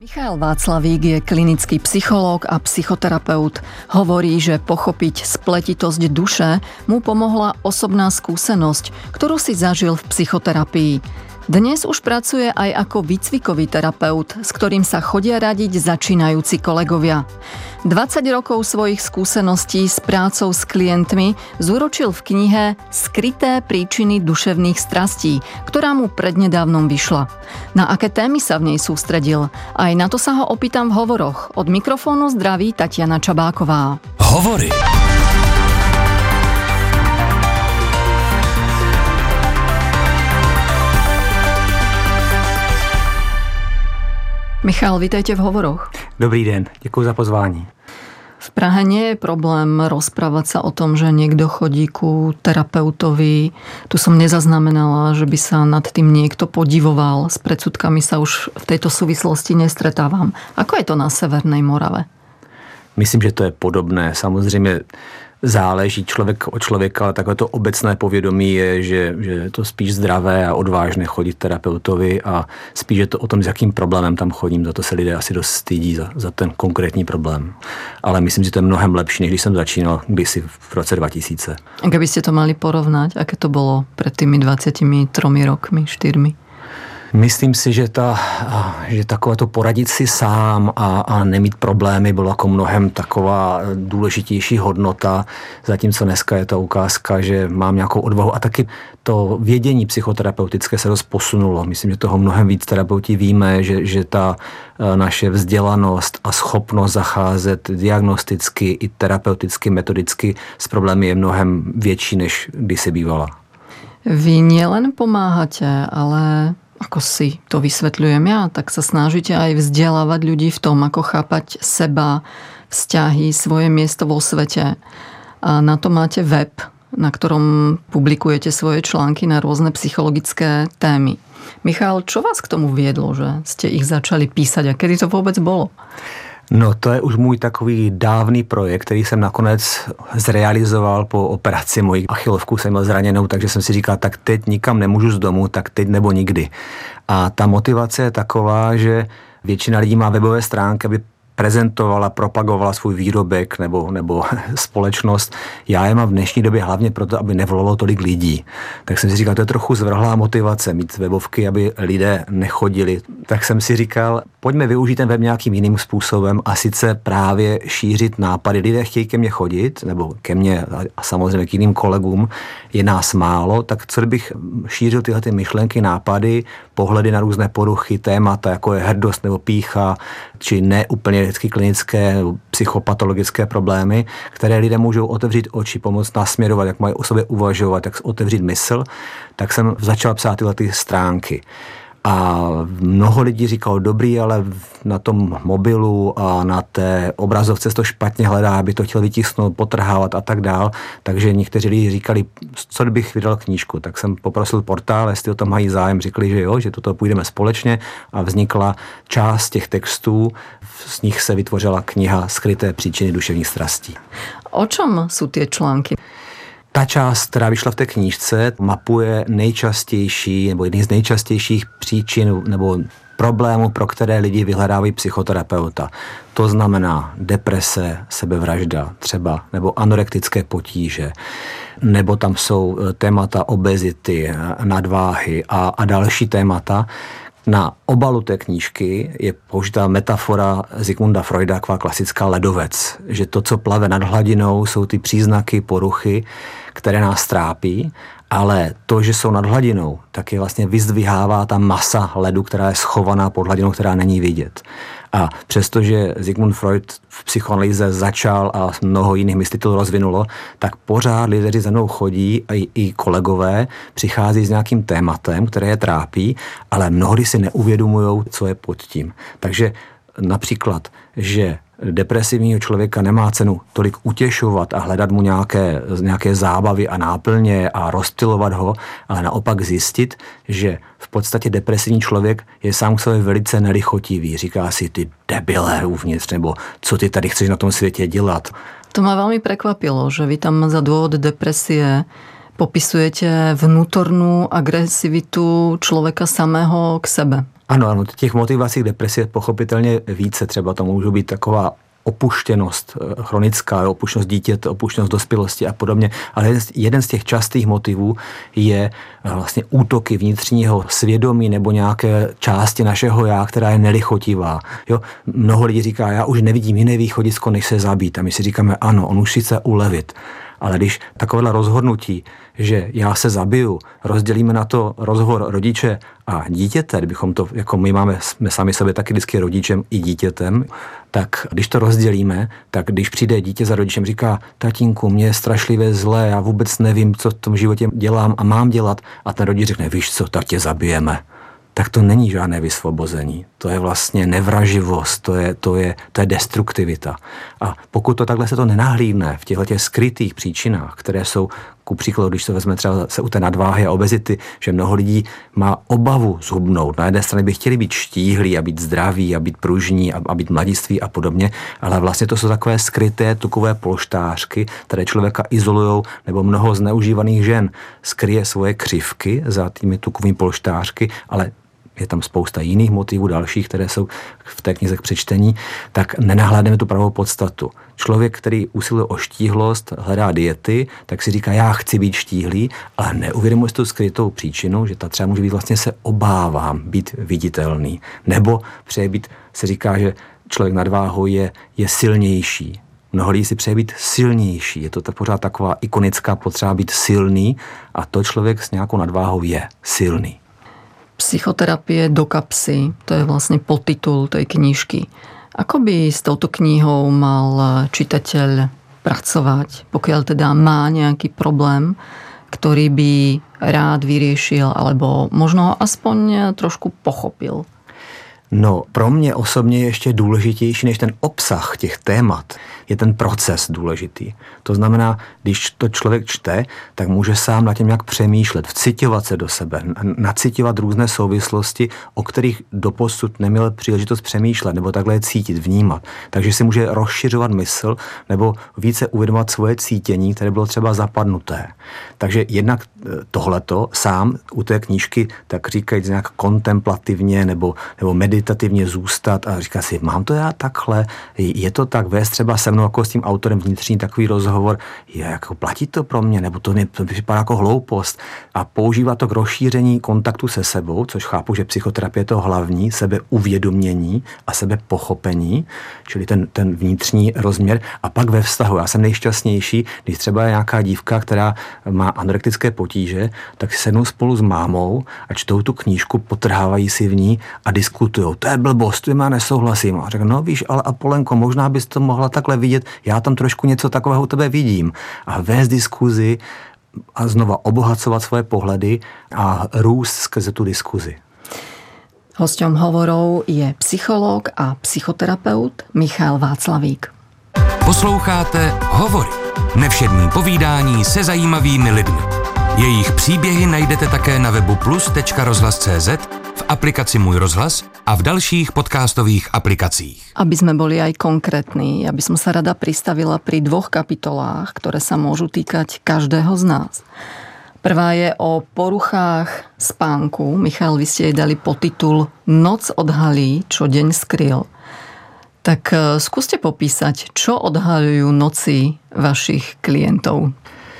Michael Václavík je klinický psychológ a psychoterapeut. Hovorí, že pochopiť spletitosť duše mu pomohla osobná skúsenosť, ktorú si zažil v psychoterapii. Dnes už pracuje aj ako výcvikový terapeut, s ktorým sa chodia radiť začínajúci kolegovia. 20 rokov svojich skúseností s prácou s klientmi zúročil v knihe Skryté príčiny duševných strastí, ktorá mu prednedávnom vyšla. Na aké témy sa v nej sústredil? Aj na to sa ho opýtam v hovoroch. Od mikrofónu zdraví Tatiana Čabáková. Hovory. Michal, vítajte v hovoroch. Dobrý den, děkuji za pozvání. V Prahe nie je problém rozprávať sa o tom, že niekto chodí ku terapeutovi. Tu som nezaznamenala, že by sa nad tým niekto podivoval. S predsudkami sa už v tejto súvislosti nestretávam. Ako je to na Severnej Morave? Myslím, že to je podobné. Samozřejmě záleží člověk od člověka, ale takové to obecné povědomí je, že je to spíš zdravé a odvážné chodit terapeutovi a spíš je to o tom, s jakým problémem tam chodím. Za to se lidé asi dost stydí, za ten konkrétní problém. Ale myslím, že to je mnohem lepší, než když jsem začínal kdysi v roce 2000. A keby ste to mali porovnať, aké to bolo pred tými 23 rokmi, 4? Myslím si, že takové to poradit si sám a nemít problémy bylo jako mnohem taková důležitější hodnota, zatímco dneska je to ukázka, že mám nějakou odvahu a taky to vědění psychoterapeutické se dost posunulo. Myslím, že toho mnohem víc terapeuti víme, že ta naše vzdělanost a schopnost zacházet diagnosticky i terapeuticky, metodicky s problémy je mnohem větší, než kdysi bývala. Vy nielen pomáhate, ale ako si to vysvetľujem ja, tak sa snažíte aj vzdelávať ľudí v tom, ako chápať seba, vzťahy, svoje miesto vo svete. A na to máte web, na ktorom publikujete svoje články na rôzne psychologické témy. Michal, čo vás k tomu viedlo, že ste ich začali písať a kedy to vôbec bolo? No to je už můj takový dávný projekt, který jsem nakonec zrealizoval po operaci. Mojí achilovku jsem měl zraněnou, takže jsem si říkal, tak teď nikam nemůžu z domu, tak teď nebo nikdy. A ta motivace je taková, že většina lidí má webové stránky, aby prezentovala, propagovala svůj výrobek nebo společnost. Já je mám v dnešní době hlavně proto, aby nevolalo tolik lidí. Tak jsem si říkal, to je trochu zvrhlá motivace mít webovky, aby lidé nechodili. Tak jsem si říkal, pojďme využít ten web nějakým jiným způsobem a sice právě šířit nápady. Lidé chtějí ke mně chodit, nebo ke mně a samozřejmě k jiným kolegům, je nás málo, tak co kdybych šířil tyhle ty myšlenky, nápady, pohledy na různé poruchy, témata, jako je hrdost nebo pýcha, či neúplně vždycky klinické psychopatologické problémy, které lidé můžou otevřít oči, pomoct nasměrovat, jak mají o sobě uvažovat, jak otevřít mysl, tak jsem začal psát tyhle ty stránky. A mnoho lidí říkalo, dobrý, ale na tom mobilu a na té obrazovce to špatně hledá, aby to chtěl vytisknout, potrhávat a tak dál. Takže někteří lidi říkali, co kdybych vydal knížku. Tak jsem poprosil portál, jestli o tom mají zájem. Řekli, že jo, že toto půjdeme společně a vznikla část těch textů. Z nich se vytvořila kniha Skryté příčiny duševních strastí. O čom sú tie články? Ta část, která vyšla v té knížce, mapuje nejčastější nebo jedny z nejčastějších příčin nebo problémů, pro které lidi vyhledávají psychoterapeuta. To znamená deprese, sebevražda třeba, nebo anorektické potíže, nebo tam jsou témata obezity, nadváhy a další témata. Na obalu té knížky je použitá metafora Sigmunda Freuda, taková klasická ledovec, že to, co plave nad hladinou, jsou ty příznaky, poruchy, které nás trápí, ale to, že jsou nad hladinou, tak je vlastně vyzdvihává ta masa ledu, která je schovaná pod hladinou, která není vidět. A přestože Sigmund Freud v psychoanalýze začal a mnoho jiných myslitelů rozvinulo, tak pořád lidé, kteří za mnou chodí a i kolegové přichází s nějakým tématem, které je trápí, ale mnohdy si neuvědomují, co je pod tím. Takže například, že depresivního člověka nemá cenu tolik utěšovat a hledat mu nějaké zábavy a náplně a rozptylovat ho, ale naopak zjistit, že v podstatě depresivní člověk je sám k sobě velice nelichotivý. Říká si, ty debile uvnitř, nebo co ty tady chceš na tom světě dělat. To ma veľmi prekvapilo, že vy tam za dôvod depresie popisujete vnútornú agresivitu človeka samého k sebe. Ano, těch motivací depresie pochopitelně více, třeba to může být taková opuštěnost chronická, opuštěnost dítěte, opuštěnost dospělosti a podobně. Ale jeden z těch častých motivů je vlastně útoky vnitřního svědomí nebo nějaké části našeho já, která je nelichotivá. Jo? Mnoho lidí říká, já už nevidím jiné východisko, než se zabít. A my si říkáme, ano, on už si chce ulevit. Ale když takovéhle rozhodnutí, že já se zabiju, rozdělíme na to rozhovor rodiče a dítěte, kdybychom to, jako my jsme sami sobě taky vždycky rodičem i dítětem, tak když to rozdělíme, tak když přijde dítě za rodičem, říká, tatínku, mě je strašlivě zlé, já vůbec nevím, co v tom životě dělám a mám dělat, a ten rodič řekne, víš co, tak tě zabijeme. Tak to není žádné vysvobození. To je vlastně nevraživost, to je destruktivita. A pokud to takhle se to nenahlídne v těchto skrytých příčinách, které jsou, ku příkladu, když se vezme třeba se u té nadváhy a obezity, že mnoho lidí má obavu zhubnout. Na jedné straně by chtěli být štíhlí a být zdraví a být pružní a být mladiství a podobně, ale vlastně to jsou takové skryté tukové polštářky, které člověka izolujou, nebo mnoho zneužívaných žen skryje svoje křivky za těmi tukovými polštářky, ale je tam spousta jiných motivů dalších, které jsou v té knize k přečtení, tak nenahlédneme tu pravou podstatu. Člověk, který usiluje o štíhlost, hledá diety, tak si říká, já chci být štíhlý, ale neuvědomuje si tu skrytou příčinu, že ta třeba může být vlastně se obávám být viditelný. Nebo přeje být, se říká, že člověk nadváhou je silnější. Mnoho lidí si přeje být silnější. Je to pořád taková ikonická potřeba být silný a to člověk s nějakou nadváhou je silný. Psychoterapie do kapsy, to je vlastne podtitul tej knižky. Ako by s touto knihou mal čitateľ pracovať, pokiaľ teda má nejaký problém, ktorý by rád vyriešil, alebo možno ho aspoň trošku pochopil? No, pro mě osobně je ještě důležitější než ten obsah těch témat, je ten proces důležitý. To znamená, když to člověk čte, tak může sám na tím nějak přemýšlet, vciťovat se do sebe, naciťovat různé souvislosti, o kterých doposud neměl příležitost přemýšlet, nebo takhle je cítit, vnímat. Takže si může rozšiřovat mysl, nebo více uvědomovat svoje cítění, které bylo třeba zapadnuté. Takže jednak tohleto sám u té knížky, tak říkajíc nějak kontemplativně nebo meditativně zůstat a říká si, mám to já takhle, je to tak, vést třeba se mnou jako s tím autorem vnitřní takový rozhovor, jako platí to pro mě, nebo to mi připadá jako hloupost a používat to k rozšíření kontaktu se sebou, což chápu, že psychoterapie je to hlavní, sebeuvědomění a sebepochopení, čili ten vnitřní rozměr a pak ve vztahu. Já jsem nejšťastnější, když třeba je nějaká dívka, která má anorektické potíže, tak si sednou spolu s mámou a čtou tu knížku, potrhávají si v ní a diskutujou. To je blbost, já nesouhlasím. A řeknu, no víš, ale Apolenko, možná bys to mohla takhle vidět, já tam trošku něco takového u tebe vidím. A vést diskuzi a znova obohacovat svoje pohledy a růst skrze tu diskuzi. Hosťom hovorov je psychológ a psychoterapeut Michal Václavík. Posloucháte Hovory. Nevšední povídání se zajímavými lidmi. Jejich příběhy najdete také na webu plus.rozhlas.cz, v aplikaci Můj rozhlas a v dalších podcastových aplikacích. Aby sme boli aj konkrétni, ja by som sa rada pristavila pri 2 kapitolách, ktoré sa môžu týkať každého z nás. Prvá je o poruchách spánku. Michal, vy ste jej dali podtitul Noc odhalí, čo deň skryl. Tak skúste popísať, čo odhaľujú noci vašich klientov.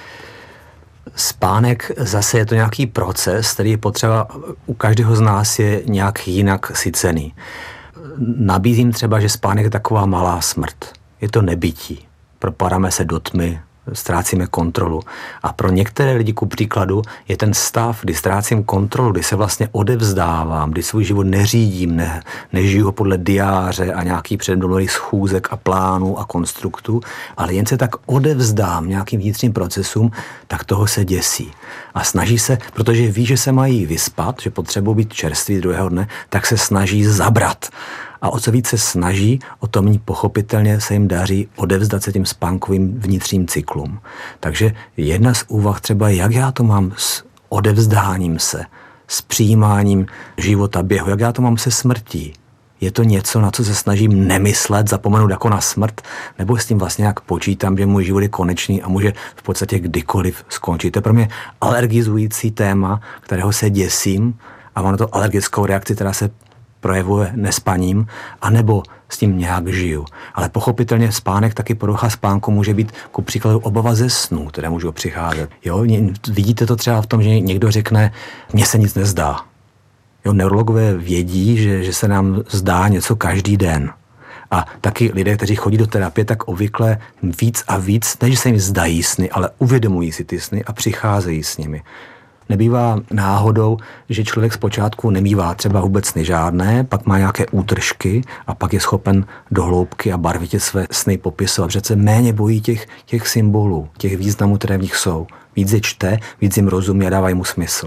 Spánek zase je to nějaký proces, který je potřeba, u každého z nás je nějak jinak sycený. Nabízím třeba, že spánek je taková malá smrt. Je to nebytí. Propadáme se do tmy, ztrácíme kontrolu. A pro některé lidi, ku příkladu, je ten stav, kdy ztrácím kontrolu, kdy se vlastně odevzdávám, kdy svůj život neřídím, nežiju ho podle diáře a nějakých předdomluvených schůzek a plánů a konstruktů, ale jen se tak odevzdám nějakým vnitřním procesům, tak toho se děsí. A snaží se, protože ví, že se mají vyspat, že potřebují být čerství druhého dne, tak se snaží zabrat. A o co víc se snaží, o to méně pochopitelně se jim daří odevzdat se tím spánkovým vnitřním cyklům. Takže jedna z úvah třeba, jak já to mám s odevzdáním se, s přijímáním života běhu, jak já to mám se smrtí. Je to něco, na co se snažím nemyslet, zapomenout jako na smrt, nebo s tím vlastně jak počítám, že můj život je konečný a může v podstatě kdykoliv skončit. To je pro mě alergizující téma, kterého se děsím a mám na to alergickou reakci, která se projevuje nespaním, anebo s tím nějak žiju. Ale pochopitelně spánek, taky porucha spánku může být ku příkladu obava ze snů, které můžou přicházet. Jo, vidíte to třeba v tom, že někdo řekne, mně se nic nezdá. Jo, neurologové vědí, že se nám zdá něco každý den. A taky lidé, kteří chodí do terapie, tak obvykle víc a víc, než se jim zdají sny, ale uvědomují si ty sny a přicházejí s nimi. Nebývá náhodou, že člověk zpočátku nemívá třeba vůbec sny žádné, pak má nějaké útržky a pak je schopen do hloubky a barvitě své sny popisovat. Přece méně bojí těch symbolů, těch významů, které v nich jsou. Víc je čte, víc jim rozumí a dávají mu smysl.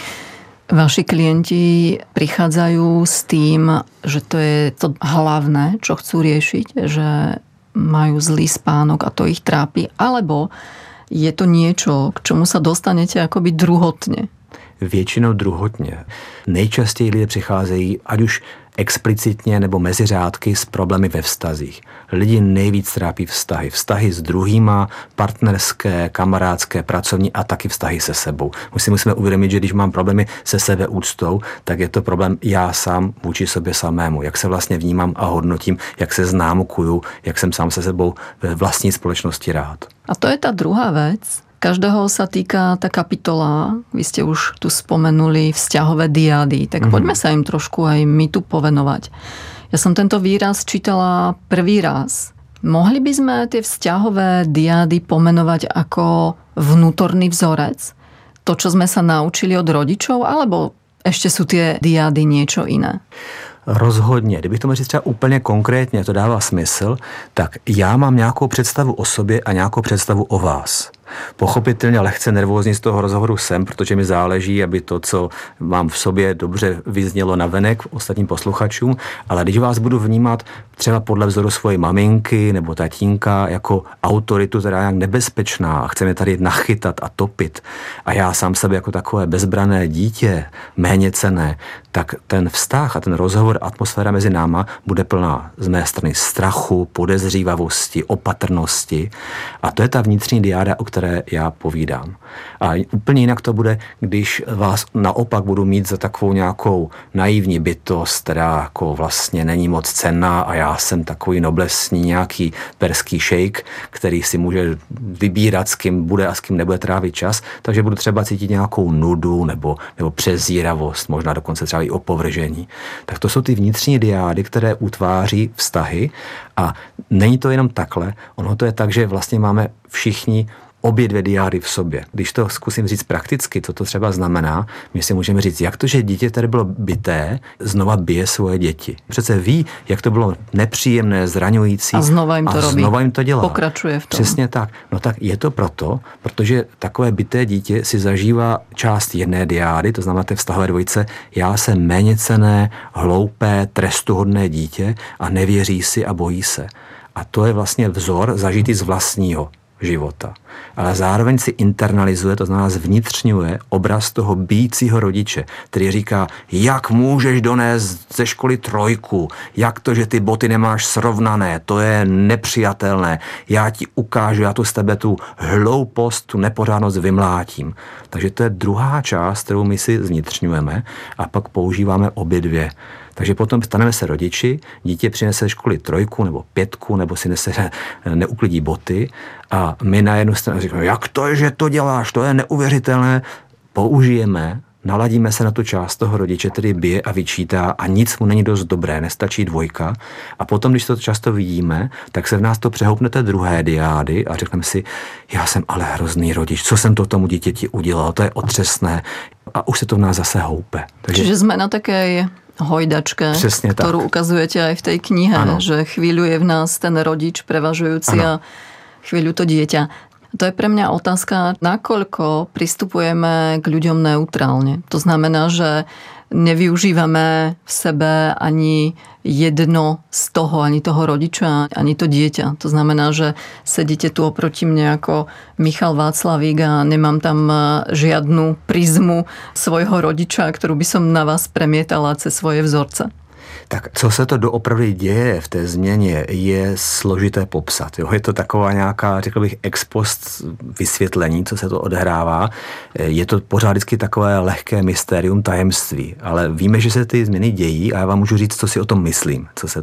Vaši klienti prichádzajú s tým, že to je to hlavné, čo chcú riešiť, že majú zlý spánok a to ich trápi, alebo je to niečo, k čomu sa dostanete akoby druhotne? Většinou druhotně. Nejčastěji lidé přicházejí, ať už explicitně nebo mezi řádky, s problémy ve vztazích. Lidi nejvíc trápí vztahy. Vztahy s druhýma, partnerské, kamarádské, pracovní a taky vztahy se sebou. Musíme uvědomit, že když mám problémy se sebeúctou, tak je to problém já sám vůči sobě samému. Jak se vlastně vnímám a hodnotím, jak se známkuju, jak jsem sám se sebou ve vlastní společnosti rád. A to je tá druhá vec. Každého sa týka tá kapitola, vy ste už tu spomenuli vzťahové diády, tak poďme sa im trošku aj my tu povenovať. Ja som tento výraz čítala prvý raz. Mohli by sme tie vzťahové diády pomenovať ako vnútorný vzorec? To, čo sme sa naučili od rodičov, alebo ešte sú tie diády niečo iné? Rozhodně. Kdybych to mohl říct třeba úplně konkrétně, to dává smysl, tak já mám nějakou představu o sobě a nějakou představu o vás. Pochopitelně lehce nervózní z toho rozhovoru jsem, protože mi záleží, aby to, co mám v sobě, dobře vyznělo navenek ostatním posluchačům, ale když vás budu vnímat třeba podle vzoru svojí maminky nebo tatínka jako autoritu, která je nějak nebezpečná a chce mě tady nachytat a topit a já sám sebe jako takové bezbrané dítě, méně cenné, tak ten vztah a ten rozhovor, atmosféra mezi náma bude plná z mé strany strachu, podezřívavosti, opatrnosti a to je ta vnitřní diáda, o které já povídám. A úplně jinak to bude, když vás naopak budu mít za takovou nějakou naivní bytost, která jako vlastně není moc cenná a já jsem takový noblesní nějaký perský šejk, který si může vybírat, s kým bude a s kým nebude trávit čas, takže budu třeba cítit nějakou nudu nebo přezíravost, možná dokonce třeba i opovržení. Tak to jsou ty vnitřní diády, které utváří vztahy a není to jenom takhle, ono to je tak, že vlastně máme všichni obě dvě diády v sobě. Když to zkusím říct prakticky, co to třeba znamená, my si můžeme říct, jak to, že dítě, které bylo bité, znova bije svoje děti. Přece ví, jak to bylo nepříjemné, zraňující. A znova jim to robí. Znova jim to dělá. Pokračuje v tom. Přesně tak. No tak je to proto, protože takové bité dítě si zažívá část jedné diády, to znamená té vztahové dvojice, já jsem méněcenné, hloupé, trestuhodné dítě a nevěří si a bojí se. A to je vlastně vzor zažitý z vlastního života. Ale zároveň si internalizuje, to znamená zvnitřňuje obraz toho bijícího rodiče, který říká, jak můžeš donést ze školy 3, jak to, že ty boty nemáš srovnané, to je nepřijatelné, já ti ukážu, já tu z tebe tu hloupost, tu nepořádnost vymlátím. Takže to je druhá část, kterou my si zvnitřňujeme a pak používáme obě dvě. Takže potom staneme se rodiči, dítě přinese ze školy 3 nebo 5, nebo si neuklidí boty a my na jednu stranu říkáme, jak to je, že to děláš, to je neuvěřitelné. Použijeme, naladíme se na tu část toho rodiče, který bije a vyčítá a nic mu není dost dobré, nestačí 2. A potom, když to často vidíme, tak se v nás to přehoupne té druhé diády a řekneme si, já jsem ale hrozný rodič, co jsem to tomu dítěti udělal, to je otřesné a už se to v nás zase houpe. Takže Čiže sme na takej hojdačke, ktorú ukazujete aj v tej knihe, ano. Že chvíľu je v nás ten rodič prevažujúci a chvíľu to dieťa. To je pre mňa otázka, nakoľko pristupujeme k ľuďom neutrálne. To znamená, že nevyužívame v sebe ani jedno z toho, ani toho rodiča, ani to dieťa. To znamená, že sedíte tu oproti mne ako Michal Václavík a nemám tam žiadnu prizmu svojho rodiča, ktorú by som na vás premietala cez svoje vzorce. Tak co se to doopravdy děje v té změně, je složité popsat. Jo? Je to taková nějaká, řekl bych, ex post vysvětlení, co se to odehrává. Je to pořád vždycky takové lehké mystérium, tajemství, ale víme, že se ty změny dějí a já vám můžu říct, co si o tom myslím,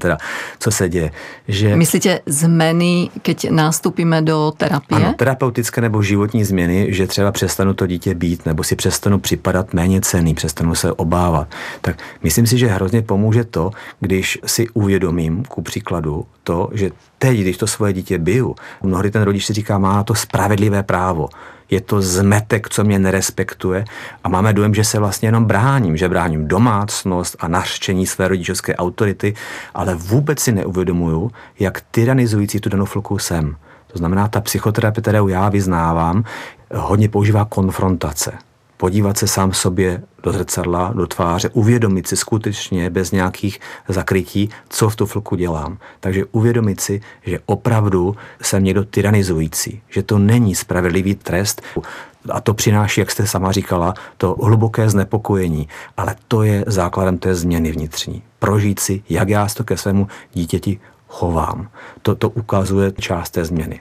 co se děje. Že... Myslíte změny, keď nástupíme do terapie? Ano, terapeutické nebo životní změny, že třeba přestanu to dítě být, nebo si přestanu připadat méně cenný, přestanu se obávat. Tak myslím si, že hrozně pomůže to, když si uvědomím, ku příkladu, to, že teď, když to svoje dítě biju, mnohdy ten rodič si říká, má na to spravedlivé právo. Je to zmetek, co mě nerespektuje a máme dojem, že se vlastně jenom bráním, že bráním domácnost a nařčení své rodičovské autority, ale vůbec si neuvědomuju, jak tyranizující tu danou chvilku jsem. To znamená, ta psychoterapie, kterou já vyznávám, hodně používá konfrontace. Podívat se sám sobě do zrcadla, do tváře, uvědomit si skutečně bez nějakých zakrytí, co v tu chvilku dělám. Takže uvědomit si, že opravdu jsem někdo tyranizující, že to není spravedlivý trest a to přináší, jak jste sama říkala, to hluboké znepokojení, ale to je základem té změny vnitřní. Prožít si, jak já se to ke svému dítěti chovám. To ukazuje část té změny.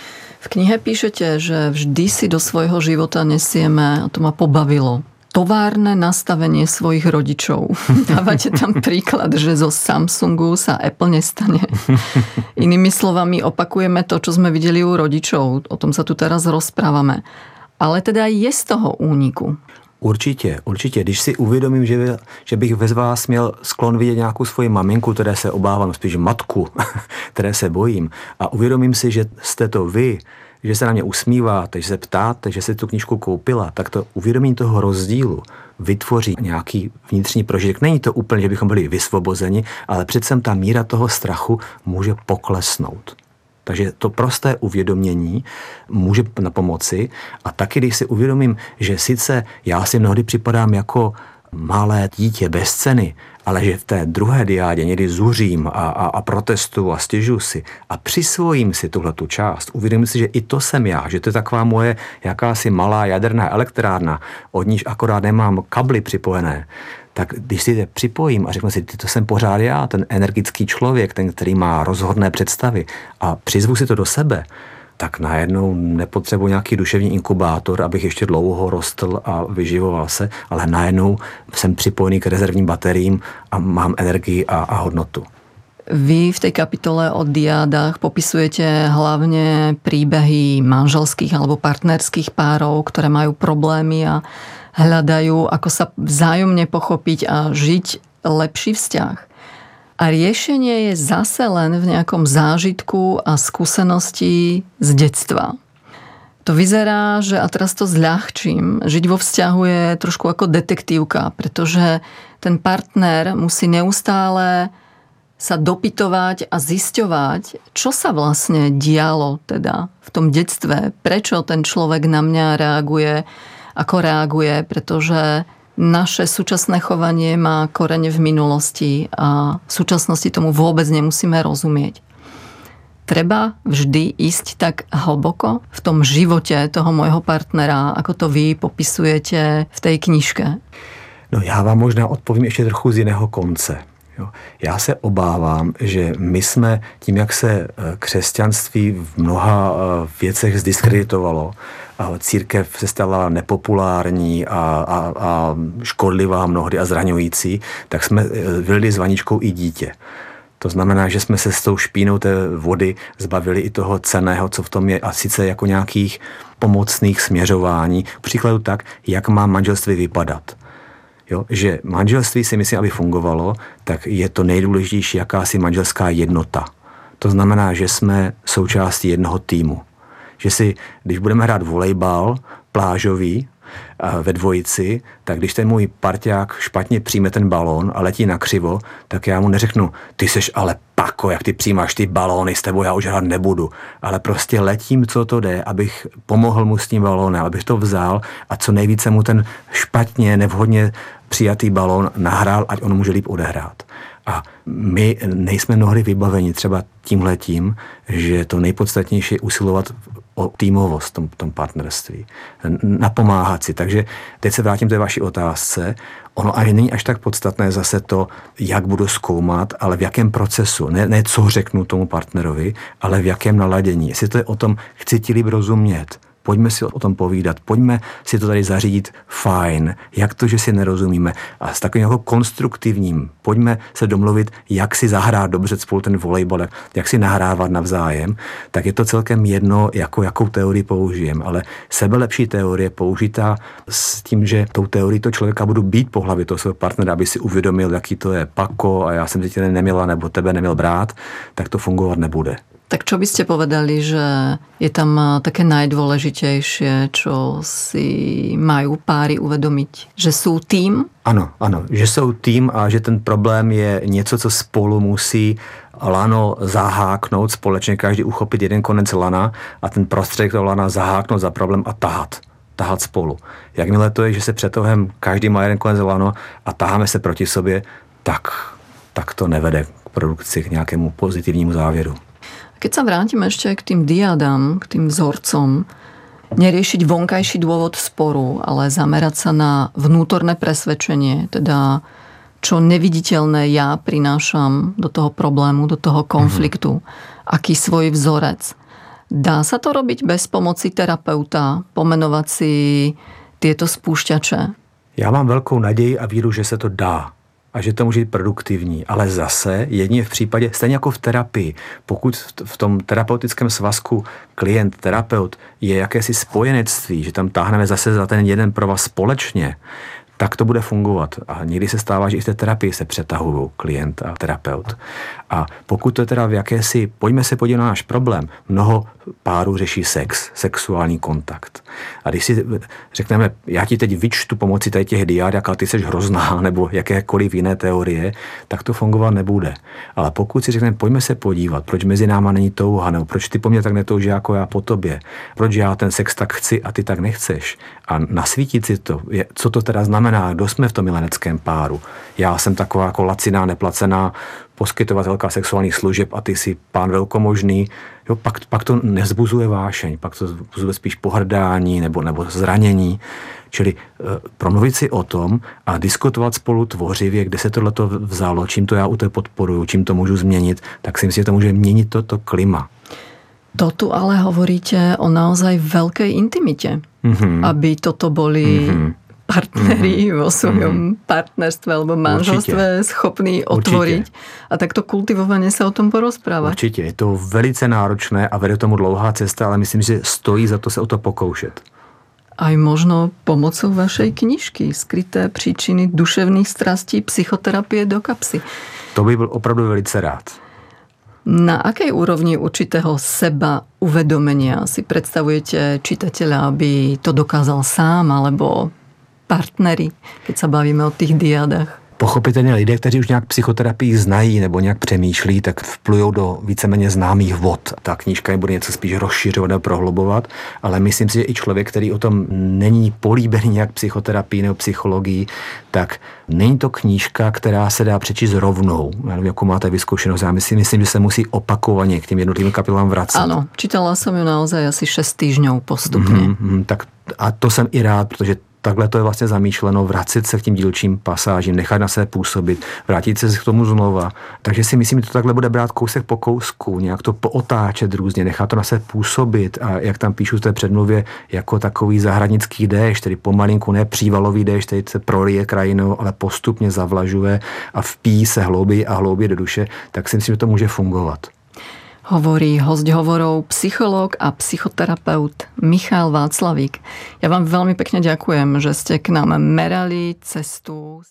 V knihe píšete, že vždy si do svojho života nesieme, a to ma pobavilo, továrne nastavenie svojich rodičov. Dávate tam príklad, že zo Samsungu sa Apple nestane. Inými slovami opakujeme to, čo sme videli u rodičov. O tom sa tu teraz rozprávame. Ale teda je z toho úniku. Určitě. Když si uvědomím, že bych ve vás měl sklon vidět nějakou svoji maminku, které se obávám, spíš matku, které se bojím, a uvědomím si, že jste to vy, že se na mě usmíváte, že se ptáte, že jste tu knížku koupila, tak to uvědomí toho rozdílu vytvoří nějaký vnitřní prožitek. Není to úplně, že bychom byli vysvobozeni, ale přece ta míra toho strachu může poklesnout. Takže to prosté uvědomění může na pomoci a taky, když si uvědomím, že sice já si mnohdy připadám jako malé dítě bez ceny, ale že v té druhé diádě někdy zuřím a protestuju a stěžuji si a přisvojím si tuhletu část, uvědomím si, že i to jsem já, že to je taková moje jakási malá jaderná elektrárna, od níž akorát nemám kabely připojené, tak když si to připojím a řeknu si, to jsem pořád já, ten energický člověk, ten, který má rozhodné představy a přizvu si to do sebe, tak najednou nepotřebuji nějaký duševní inkubátor, abych ještě dlouho rostl a vyživoval se, ale najednou jsem připojený k rezervním bateriím a mám energii a hodnotu. Vy v tej kapitole o diádach popisujete hlavne príbehy manželských alebo partnerských párov, ktoré majú problémy a hľadajú, ako sa vzájomne pochopiť a žiť lepší vzťah. A riešenie je zase len v nejakom zážitku a skúsenosti z detstva. To vyzerá, že, a teraz to zľahčím, žiť vo vzťahu je trošku ako detektívka, pretože ten partner musí neustále sa dopytovať a zisťovať, čo sa vlastne dialo teda v tom detstve, prečo ten človek na mňa reaguje, ako reaguje, pretože naše súčasné chovanie má korene v minulosti a v súčasnosti tomu vôbec nemusíme rozumieť. Treba vždy ísť tak hlboko v tom živote toho môjho partnera, ako to vy popisujete v tej knižke? No já vám možná odpovím ještě trochu z jiného konce. Jo. Já se obávám, že my jsme tím, jak se křesťanství v mnoha věcech zdiskreditovalo, církev se stala nepopulární a škodlivá mnohdy a zraňující, tak jsme vylili s vaničkou i dítě. To znamená, že jsme se s tou špínou té vody zbavili i toho cenného, co v tom je, a sice jako nějakých pomocných směřování. Příkladu tak, jak má manželství vypadat. Jo, že manželství si myslím, aby fungovalo, tak je to nejdůležitější jakási manželská jednota. To znamená, že jsme součástí jednoho týmu. Že si, když budeme hrát volejbal plážový ve dvojici, tak když ten můj parťák špatně přijme ten balón a letí na křivo, tak já mu neřeknu, ty seš ale pako, jak ty přijímáš ty balóny, s tebou já už hrát nebudu. Ale prostě letím, co to jde, abych pomohl mu s tím balónem, abych to vzal a co nejvíce mu ten špatně, nevhodně přijatý balón nahrál, ať on může líp odehrát. A my nejsme mnohdy vybaveni třeba tímhletím, že to nejpodstatnější je usilovat o týmovost v tom partnerství. Napomáhat si. Takže teď se vrátím k té vaší otázce. Ono ani není až tak podstatné zase to, jak budu zkoumat, ale v jakém procesu. Ne co řeknu tomu partnerovi, ale v jakém naladění. Jestli to je o tom, chci ti líp rozumět, pojďme si o tom povídat, pojďme si to tady zařídit fajn, jak to, že si nerozumíme. A s takovým jako konstruktivním, pojďme se domluvit, jak si zahrát dobře spolu ten volejbal, jak si nahrávat navzájem, tak je to celkem jedno, jakou teorii použijem. Ale sebelepší teorie použitá s tím, že tou teorií to člověka budu být po hlavě toho svého partnera, aby si uvědomil, jaký to je pako a já jsem si tě neměla nebo tebe neměl brát, tak to fungovat nebude. Tak čo by ste povedali, že je tam také najdôležitejšie, čo si majú páry uvedomiť? Že sú tým? Ano, že jsou tým a že ten problém je něco, co spolu musí lano zaháknout, společně každý uchopit jeden konec lana a ten prostředek toho lana zaháknout za problém a tahat spolu. Jakmile to je, že se přetohem každý má jeden konec lano a taháme se proti sobě, tak to nevede k produkci, k nějakému pozitivnímu závěru. Keď sa vrátim ešte k tým diadám, k tým vzorcom, neriešiť vonkajší dôvod sporu, ale zamerať sa na vnútorné presvedčenie, teda čo neviditeľné ja prinášam do toho problému, do toho konfliktu, aký svoj vzorec. Dá sa to robiť bez pomoci terapeuta, pomenovať si tieto spúšťače? Já mám velkou naději a víru, že se to dá. A že to může být produktivní. Ale zase jedině v případě, stejně jako v terapii, pokud v tom terapeutickém svazku klient-terapeut je jakési spojenectví, že tam táhneme zase za ten jeden provaz společně, tak to bude fungovat. A někdy se stává, že i v té terapii se přetahují klient a terapeut. A pokud to je teda v jakési, pojďme se podívat na náš problém, mnoho párů řeší sexuální kontakt. A když si řekneme, já ti teď vyčtu pomocí tady těch diád, ale ty jsi hrozná, nebo jakékoliv jiné teorie, tak to fungovat nebude. Ale pokud si řekneme, pojďme se podívat, proč mezi náma není touha, nebo proč ty po mně tak netouží jako já po tobě, proč já ten sex tak chci a ty tak nechceš. A nasvítit si to, co to teda znamená, kdo jsme v tom mileneckém páru. Já jsem taková jako laciná, neplacená poskytovatelka sexuálních služeb a ty si pán velkomožný, jo, pak to nevzbuzuje vášeň, pak to vzbuzuje spíš pohrdání nebo zranění. Čili promluvit si o tom a diskutovat spolu tvořivě, kde se tohleto vzalo, čím to já u té podporuju, čím to můžu změnit, tak si myslím, že to může měnit toto klima. To tu ale hovoríte o naozaj veľkej intimite, aby toto boli partneri vo svojom partnerstve alebo manželstve schopní otvoriť a takto kultivovane sa o tom porozprávať. Určitě, je to velice náročné a vede tomu dlouhá cesta, ale myslím, že stojí za to se o to pokoušet. Aj možno pomocou vašej knižky Skryté příčiny duševných strastí, psychoterapie do kapsy. To by byl opravdu velice rád. Na akej úrovni určitého seba uvedomenia si predstavujete čitateľa, aby to dokázal sám, alebo partnery, keď sa bavíme o tých diádach? Pochopitelně lidé, kteří už nějak psychoterapii znají nebo nějak přemýšlí, tak vplujou do víceméně známých vod. Ta knížka je bude něco spíš rozšiřovat a prohlubovat, ale myslím si, že i člověk, který o tom není políbený nějak psychoterapii nebo psychologii, tak není to knížka, která se dá přečíst rovnou. Já nevím, jakou máte vyzkoušenost. Já myslím, že se musí opakovaně k těm jednotlivým kapitolám vracet. Áno, čítala som ju naozaj asi 6 týždňov postupne. Tak a to jsem i rád, protože takhle to je vlastně zamýšleno, vracet se k tím dílčím pasážím, nechat na sebe působit, vrátit se k tomu znova. Takže si myslím, že to takhle bude brát kousek po kousku, nějak to pootáčet různě, nechat to na sebe působit a jak tam píšu v té předmluvě, jako takový zahradnický déšť, tedy pomalinku, ne přívalový déšť, který se prolije krajinou, ale postupně zavlažuje a vpíjí se hlouběji a hlouběji do duše, tak si myslím, že to může fungovat. Hovorí hosť hovorov, psychológ a psychoterapeut Michal Václavík. Ja vám veľmi pekne ďakujem, že ste k nám merali cestu.